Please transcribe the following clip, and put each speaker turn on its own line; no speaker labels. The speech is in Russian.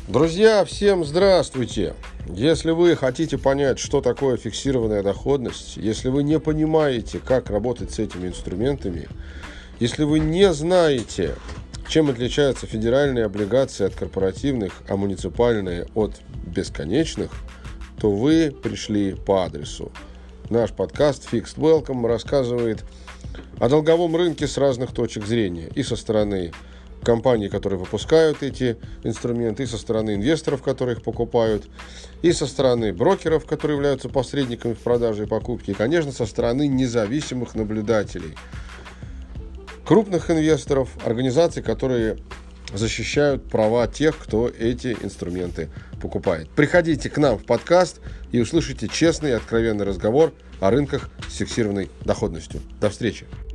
Друзья, всем здравствуйте! Если вы хотите понять, что такое фиксированная доходность, если вы не понимаете, как работать с этими инструментами, если вы не знаете, чем отличаются федеральные облигации от корпоративных, а муниципальные от бесконечных, то вы пришли по адресу. Наш подкаст Fixed Welcome рассказывает о долговом рынке с разных точек зрения. И со стороны компаний, которые выпускают эти инструменты, и со стороны инвесторов, которые их покупают, и со стороны брокеров, которые являются посредниками в продаже и покупке, и, конечно, со стороны независимых наблюдателей, крупных инвесторов, организаций, которые защищают права тех, кто эти инструменты покупает. Приходите к нам в подкаст и услышите честный и откровенный разговор о рынках с фиксированной доходностью. До встречи!